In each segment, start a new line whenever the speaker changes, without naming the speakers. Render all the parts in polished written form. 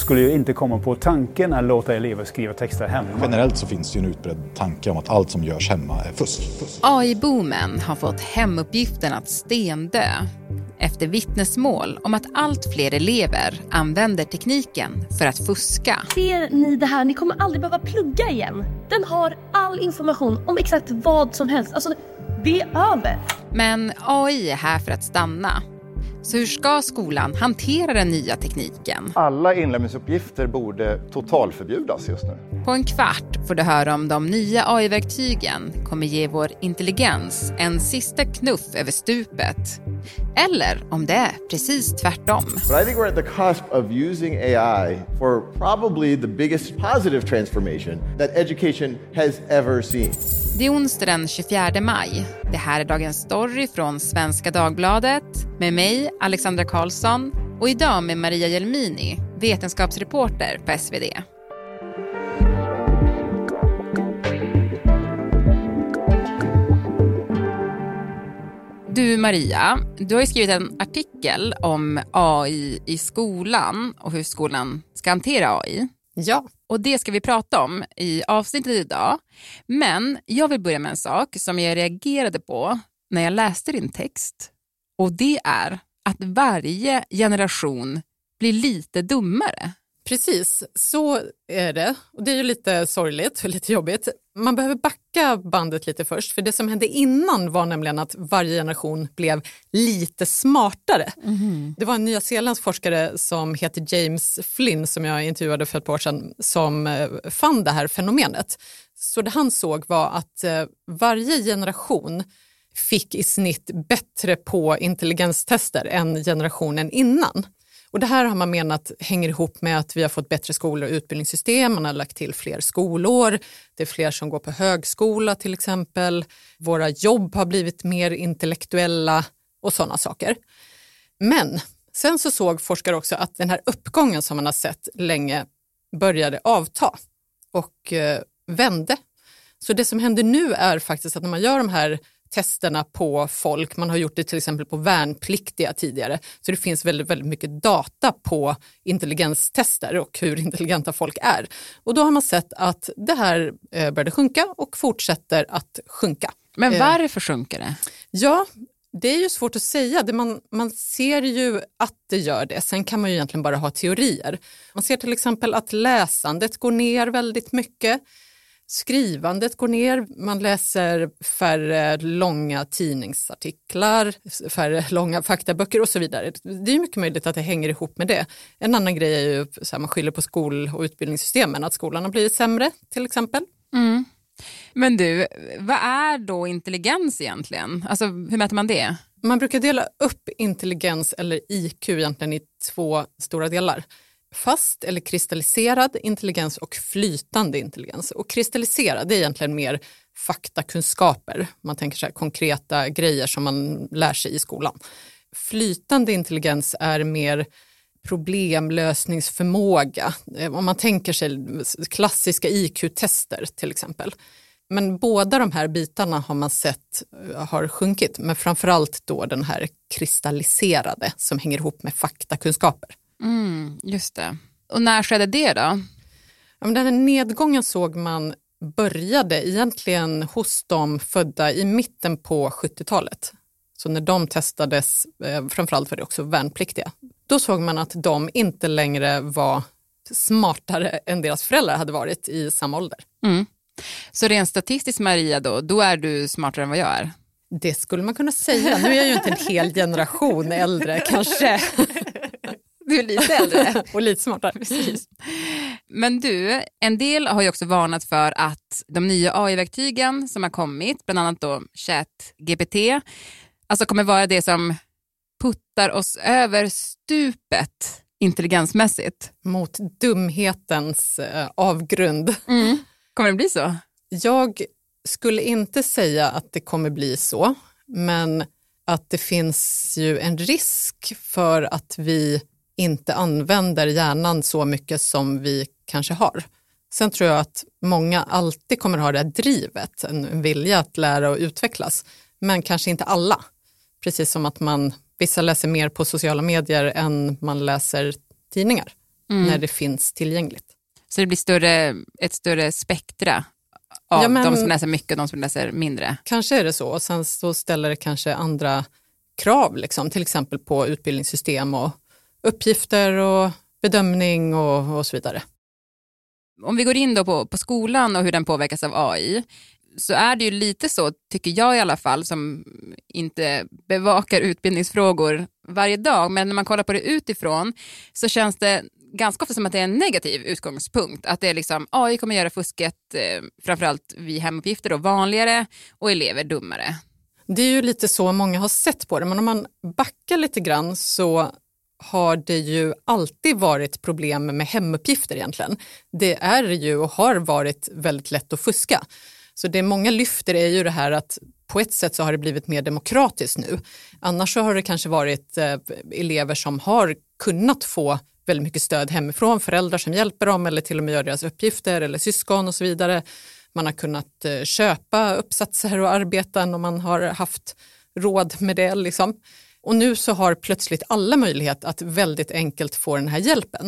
skulle ju inte komma på tanken att låta elever skriva texter hemma.
Generellt så finns det ju en utbredd tanke om att allt som görs hemma är fusk.
AI-boomen har fått hemuppgiften att stendö efter vittnesmål om att allt fler elever använder tekniken för att fuska.
Ser ni det här? Ni kommer aldrig behöva plugga igen. Den har all information om exakt vad som helst. Alltså, det är över.
Men AI är här för att stanna. Så hur ska skolan hantera den nya tekniken?
Alla inlämningsuppgifter borde totalförbjudas just nu.
På en kvart får du höra om de nya AI-verktygen kommer ge vår intelligens en sista knuff över stupet. Eller om det är precis tvärtom.
But I think we're at the cusp of using AI for probably the biggest positive transformation that education has ever seen.
Det är onsdag den 24 maj. Det här är dagens story från Svenska Dagbladet med mig, Alexandra Karlsson, och idag med Maria Jelmini, vetenskapsreporter på SvD. Du Maria, du har ju skrivit en artikel om AI i skolan och hur skolan ska hantera AI.
Ja.
Och det ska vi prata om i avsnittet idag. Men jag vill börja med en sak som jag reagerade på när jag läste din text. Och det är att varje generation blir lite dummare.
Precis, så är det. Och det är ju lite sorgligt och lite jobbigt. Man behöver backa bandet lite först. För det som hände innan var nämligen att varje generation blev lite smartare. Mm. Det var en nyzeeländsk forskare som heter James Flynn som jag intervjuade för ett par år sedan som fann det här fenomenet. Så det han såg var att varje generation fick i snitt bättre på intelligenstester än generationen innan. Och det här har man menat hänger ihop med att vi har fått bättre skolor och utbildningssystem. Man har lagt till fler skolor. Det är fler som går på högskola till exempel. Våra jobb har blivit mer intellektuella och sådana saker. Men sen så såg forskare också att den här uppgången som man har sett länge började avta och vände. Så det som händer nu är faktiskt att när man gör de här testerna på folk, man har gjort det till exempel på värnpliktiga tidigare, så det finns väldigt, väldigt mycket data på intelligenstester och hur intelligenta folk är. Och då har man sett att det här började sjunka och fortsätter att sjunka.
Men varför sjunker det?
Ja, det är ju svårt att säga. Man ser ju att det gör det. Sen kan man ju egentligen bara ha teorier. Man ser till exempel att läsandet går ner väldigt mycket. Skrivandet går ner, man läser färre långa tidningsartiklar, färre långa faktaböcker och så vidare. Det är mycket möjligt att det hänger ihop med det. En annan grej är ju så här, man skyller på skol- och utbildningssystemen, att skolan har blivit sämre till exempel.
Mm. Men du, vad är då intelligens egentligen? Alltså hur mäter man det?
Man brukar dela upp intelligens eller IQ egentligen i två stora delar. Fast eller kristalliserad intelligens och flytande intelligens. Och kristalliserad är egentligen mer faktakunskaper. Man tänker så här konkreta grejer som man lär sig i skolan. Flytande intelligens är mer problemlösningsförmåga. Om man tänker sig klassiska IQ-tester till exempel. Men båda de här bitarna har man sett har sjunkit. Men framförallt då den här kristalliserade som hänger ihop med faktakunskaper.
Just det. Och när skedde det då?
Ja, men den här nedgången såg man började egentligen hos de födda i mitten på 70-talet. Så när de testades, framförallt var det också värnpliktiga, då såg man att de inte längre var smartare än deras föräldrar hade varit i samma ålder.
Mm. Så rent statistiskt Maria då är du smartare än vad jag är?
Det skulle man kunna säga. Nu är jag ju inte en hel generation äldre kanske.
Du är lite äldre.
Och lite smartare.
Precis. Men du, en del har ju också varnat för att de nya AI-verktygen som har kommit, bland annat då ChatGPT, alltså kommer vara det som puttar oss över stupet intelligensmässigt.
Mot dumhetens avgrund.
Mm. Kommer det bli så?
Jag skulle inte säga att det kommer bli så, men att det finns ju en risk för att vi inte använder hjärnan så mycket som vi kanske har. Sen tror jag att många alltid kommer ha det här drivet, en vilja att lära och utvecklas, men kanske inte alla. Precis som att vissa läser mer på sociala medier än man läser tidningar. när det finns tillgängligt.
Så det blir ett större spektra av de som läser mycket och de som läser mindre?
Kanske är det så. Och sen så ställer det kanske andra krav, liksom, till exempel på utbildningssystem och uppgifter och bedömning och så vidare.
Om vi går in då på skolan och hur den påverkas av AI, så är det ju lite så, tycker jag i alla fall, som inte bevakar utbildningsfrågor varje dag, men när man kollar på det utifrån så känns det ganska ofta som att det är en negativ utgångspunkt. Att det är liksom, AI kommer göra fusket framförallt vid hemuppgifter då vanligare och elever dummare.
Det är ju lite så många har sett på det, men om man backar lite grann så har det ju alltid varit problem med hemuppgifter egentligen. Det är ju och har varit väldigt lätt att fuska. Så det många lyfter är ju det här att på ett sätt så har det blivit mer demokratiskt nu. Annars så har det kanske varit elever som har kunnat få väldigt mycket stöd hemifrån, föräldrar som hjälper dem eller till och med gör deras uppgifter eller syskon och så vidare. Man har kunnat köpa uppsatser och arbeten om man har haft råd med det liksom. Och nu så har plötsligt alla möjlighet att väldigt enkelt få den här hjälpen.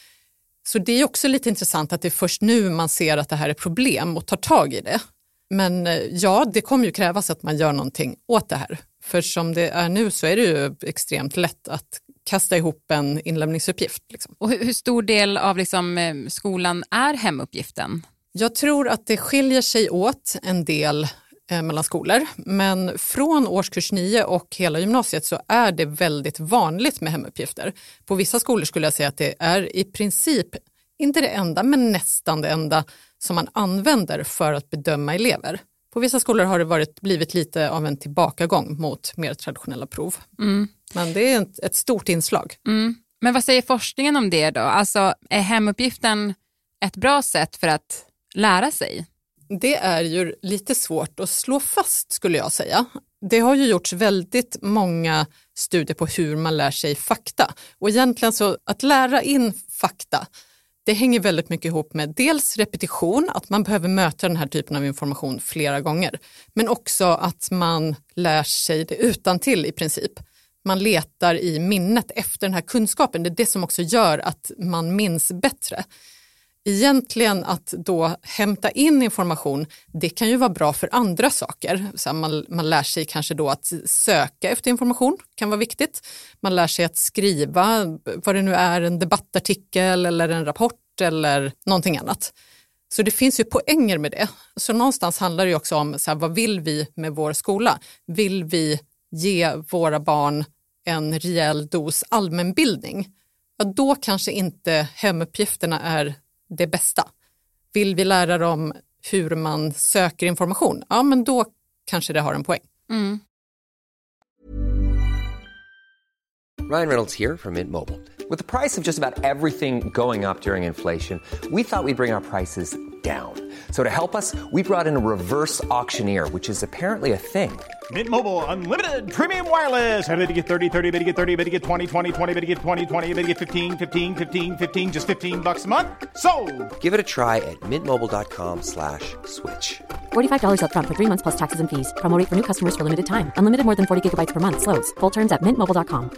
Så det är också lite intressant att det är först nu man ser att det här är problem och tar tag i det. Men ja, det kommer ju krävas att man gör någonting åt det här. För som det är nu så är det ju extremt lätt att kasta ihop en inlämningsuppgift. Liksom.
Och hur stor del av liksom, skolan är hemuppgiften?
Jag tror att det skiljer sig åt en del mellan skolor, men från årskurs 9 och hela gymnasiet så är det väldigt vanligt med hemuppgifter. På vissa skolor skulle jag säga att det är i princip inte det enda men nästan det enda som man använder för att bedöma elever. På vissa skolor har det blivit lite av en tillbakagång mot mer traditionella prov. Men det är ett stort inslag.
Men vad säger forskningen om det då? Alltså, är hemuppgiften ett bra sätt för att lära sig?
Det är ju lite svårt att slå fast skulle jag säga. Det har ju gjorts väldigt många studier på hur man lär sig fakta. Och egentligen så att lära in fakta, det hänger väldigt mycket ihop med dels repetition, att man behöver möta den här typen av information flera gånger. Men också att man lär sig det utantill i princip. Man letar i minnet efter den här kunskapen. Det är det som också gör att man minns bättre. Egentligen att då hämta in information, det kan ju vara bra för andra saker. Så man lär sig kanske då att söka efter information, kan vara viktigt. Man lär sig att skriva vad det nu är, en debattartikel eller en rapport eller någonting annat. Så det finns ju poänger med det. Så någonstans handlar det ju också om så här, vad vill vi med vår skola? Vill vi ge våra barn en rejäl dos allmänbildning? Ja, då kanske inte hemuppgifterna är det bästa. Vill vi lära dem hur man söker information? Ja, men då kanske det har en poäng.
Ryan Reynolds here from Mint Mobile. With the price of just about everything going up during inflation, we thought we'd bring our prices down. So to help us, we brought in a reverse auctioneer, which is apparently a thing.
Mint Mobile Unlimited Premium Wireless. How to get 30, 30, bit to get 30, bit to get 20, 20, 20, bit to get 20, 20, bit to get 15, 15, 15, 15, just $15 a month? Sold!
Give it a try at mintmobile.com/switch.
$45 up front for 3 months plus taxes and fees. Promo rate for new customers for limited time. Unlimited more than 40 gigabytes per month. Slows full terms at mintmobile.com.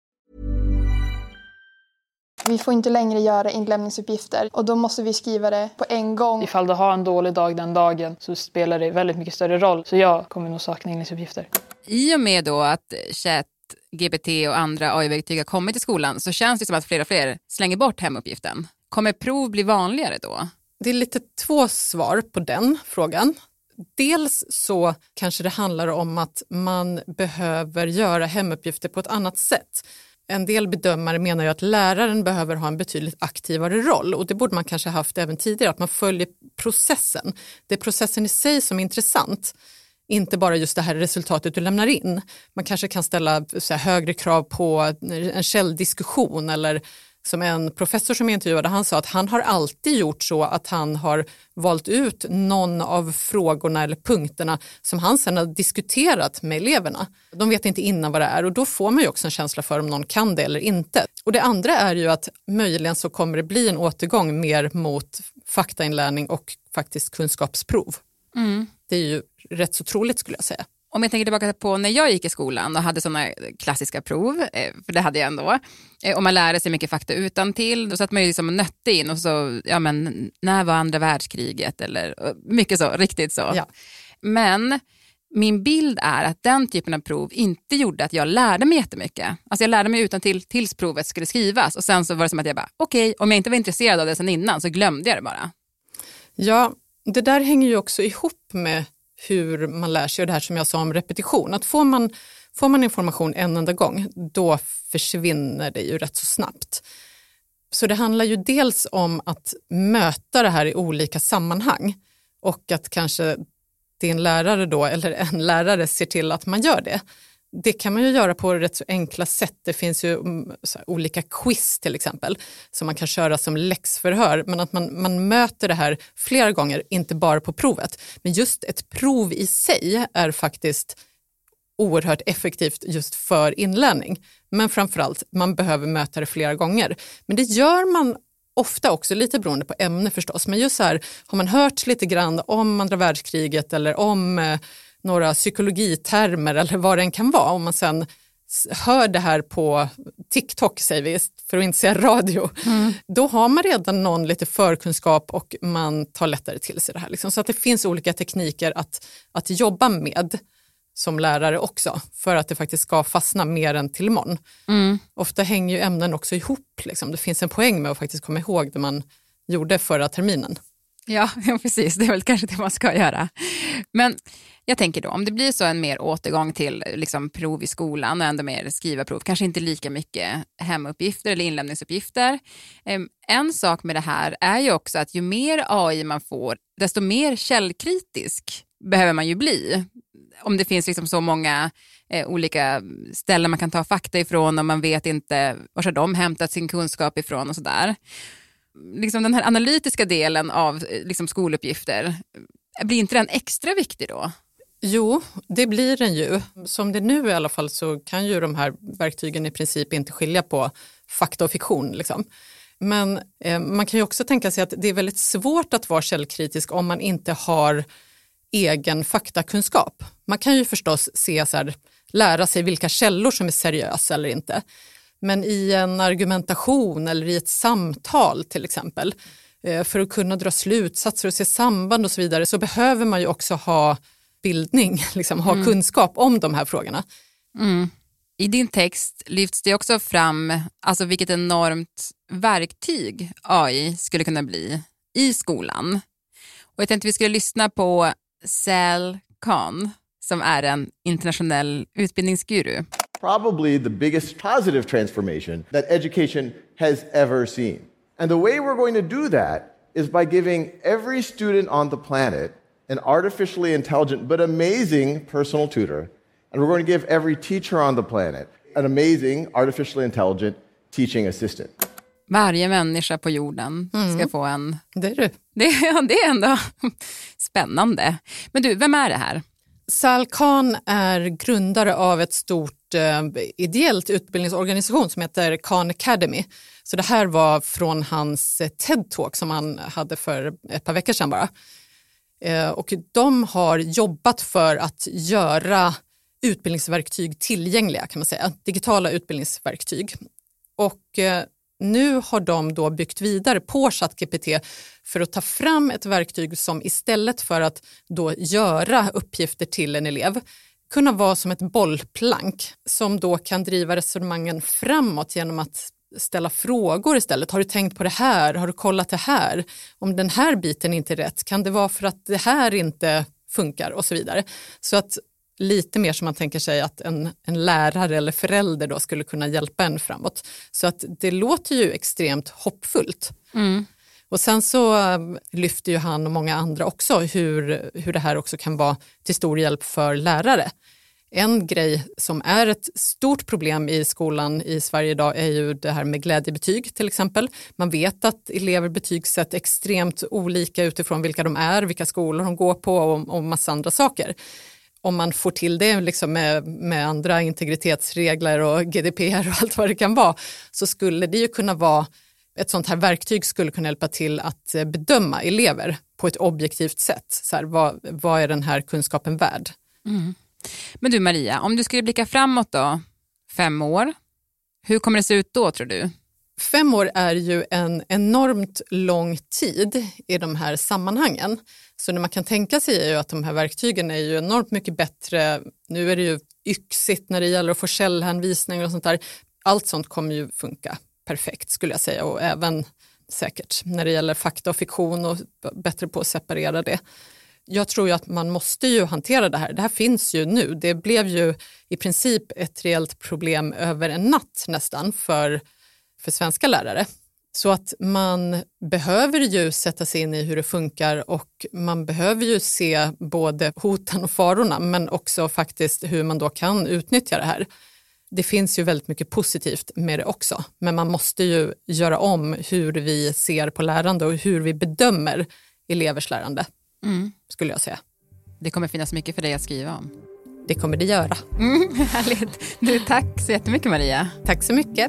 Vi får inte längre göra inlämningsuppgifter och då måste vi skriva det på en gång.
Ifall du har en dålig dag den dagen så spelar det väldigt mycket större roll. Så jag kommer nog sakna inlämningsuppgifter.
I och med då att ChatGPT och andra AI-verktyg har kommit till skolan så känns det som att fler och fler slänger bort hemuppgiften. Kommer prov bli vanligare då?
Det är lite två svar på den frågan. Dels så kanske det handlar om att man behöver göra hemuppgifter på ett annat sätt. En del bedömare menar ju att läraren behöver ha en betydligt aktivare roll och det borde man kanske haft även tidigare, att man följer processen. Det är processen i sig som är intressant, inte bara just det här resultatet du lämnar in. Man kanske kan ställa så här högre krav på en källdiskussion eller som en professor som jag intervjuade, han sa att han har alltid gjort så att han har valt ut någon av frågorna eller punkterna som han sedan har diskuterat med eleverna. De vet inte innan vad det är och då får man ju också en känsla för om någon kan det eller inte. Och det andra är ju att möjligen så kommer det bli en återgång mer mot faktainlärning och faktiskt kunskapsprov. Det är ju rätt så troligt skulle jag säga.
Om jag tänker tillbaka på när jag gick i skolan och hade sådana klassiska prov, för det hade jag ändå, och man lärde sig mycket fakta utantill, då satt man ju liksom och nötte in och så, ja men när var andra världskriget eller mycket så, riktigt så.
Ja.
Men min bild är att den typen av prov inte gjorde att jag lärde mig jättemycket. Alltså jag lärde mig utantill tills provet skulle skrivas och sen så var det som att jag bara, okej, om jag inte var intresserad av det sen innan så glömde jag det bara.
Ja, det där hänger ju också ihop med hur man lär sig, och det här som jag sa om repetition. Att får man information en enda gång, då försvinner det ju rätt så snabbt. Så det handlar ju dels om att möta det här i olika sammanhang och att kanske din lärare då, eller en lärare ser till att man gör det. Det kan man ju göra på rätt så enkla sätt. Det finns ju olika quiz till exempel som man kan köra som läxförhör. Men att man möter det här flera gånger, inte bara på provet. Men just ett prov i sig är faktiskt oerhört effektivt just för inlärning. Men framförallt, man behöver möta det flera gånger. Men det gör man ofta också, lite beroende på ämne förstås. Men just så här, har man hört lite grann om andra världskriget eller om några psykologitermer eller vad det än kan vara. Om man sen hör det här på TikTok, säger vi, för att inte säga radio, då har man redan någon lite förkunskap och man tar lättare till sig det här. Liksom. Så att det finns olika tekniker att jobba med som lärare också, för att det faktiskt ska fastna mer än till imorgon. Ofta hänger ju ämnen också ihop. Liksom. Det finns en poäng med att faktiskt komma ihåg det man gjorde förra terminen.
Ja, precis. Det är väl kanske det man ska göra. Men jag tänker då, om det blir så en mer återgång till liksom, prov i skolan och ändå mer skriva prov, kanske inte lika mycket hemuppgifter eller inlämningsuppgifter. En sak med det här är ju också att ju mer AI man får, desto mer källkritisk behöver man ju bli. Om det finns liksom så många olika ställen man kan ta fakta ifrån och man vet inte var de hämtat sin kunskap ifrån och sådär. Liksom den här analytiska delen av liksom skoluppgifter, blir inte den extra viktig då?
Jo, det blir den ju. Som det nu i alla fall så kan ju de här verktygen i princip inte skilja på fakta och fiktion. Liksom. Men man kan ju också tänka sig att det är väldigt svårt att vara källkritisk om man inte har egen faktakunskap. Man kan ju förstås se så här, lära sig vilka källor som är seriösa eller inte. Men i en argumentation eller i ett samtal till exempel, för att kunna dra slutsatser och se samband och så vidare, så behöver man ju också ha bildning, liksom, ha kunskap om de här frågorna.
I din text lyfts det också fram alltså vilket enormt verktyg AI skulle kunna bli i skolan. Och jag tänkte vi skulle lyssna på Sal Khan som är en internationell utbildningsguru.
Probably the biggest positive transformation that education has ever seen. And the way we're going to do that is by giving every student on the planet an artificially intelligent but amazing personal tutor. And we're going to give every teacher on the planet an amazing artificially intelligent teaching assistant.
Varje människa på jorden ska få en...
Det är du.
Det är ändå spännande. Men du, vem är det här?
Sal Khan är grundare av ett stort ideellt utbildningsorganisation som heter Khan Academy. Så det här var från hans TED-talk som han hade för ett par veckor sedan bara. Och de har jobbat för att göra utbildningsverktyg tillgängliga, kan man säga. Digitala utbildningsverktyg. Och nu har de då byggt vidare på ChatGPT för att ta fram ett verktyg som istället för att då göra uppgifter till en elev kunna vara som ett bollplank som då kan driva resonemangen framåt genom att ställa frågor istället. Har du tänkt på det här? Har du kollat det här? Om den här biten inte är rätt, kan det vara för att det här inte funkar och så vidare. Så att lite mer som man tänker sig att en lärare eller förälder då skulle kunna hjälpa en framåt. Så att det låter ju extremt hoppfullt. Och sen så lyfter ju han och många andra också hur det här också kan vara till stor hjälp för lärare. En grej som är ett stort problem i skolan i Sverige idag är ju det här med glädjebetyg till exempel. Man vet att elever betygsätter extremt olika utifrån vilka de är, vilka skolor de går på och massa andra saker. Om man får till det liksom med andra integritetsregler och GDPR och allt vad det kan vara, så skulle det ju kunna vara ett sånt här verktyg skulle kunna hjälpa till att bedöma elever på ett objektivt sätt. Så här, vad är den här kunskapen värd?
Men du Maria, om du skulle blicka framåt då, 5 år, hur kommer det se ut då tror du?
5 år är ju en enormt lång tid i de här sammanhangen. Så det man kan tänka sig är ju att de här verktygen är ju enormt mycket bättre. Nu är det ju yxigt när det gäller att få källhänvisningar och sånt där. Allt sånt kommer ju funka perfekt skulle jag säga, och även säkert när det gäller fakta och fiktion och bättre på att separera det. Jag tror ju att man måste ju hantera det här. Det här finns ju nu. Det blev ju i princip ett reellt problem över en natt nästan för svenska lärare. Så att man behöver ju sätta sig in i hur det funkar och man behöver ju se både hoten och farorna men också faktiskt hur man då kan utnyttja det här. Det finns ju väldigt mycket positivt med det också, men man måste ju göra om hur vi ser på lärande och hur vi bedömer elevers lärande, skulle jag säga.
Det kommer finnas mycket för dig att skriva om.
Det kommer det göra.
Härligt. Du, tack så jättemycket Maria.
Tack så mycket.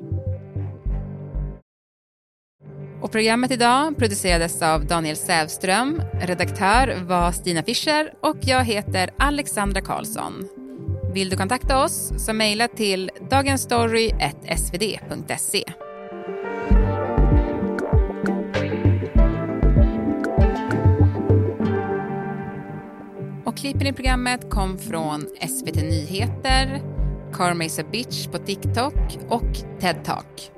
Och programmet idag producerades av Daniel Sävström, redaktör var Stina Fischer och jag heter Alexandra Karlsson. Vill du kontakta oss så mejla till dagensstory@svd.se. Och klippen i programmet kom från SVT Nyheter, Carmesa Bitch på TikTok och TED Talk.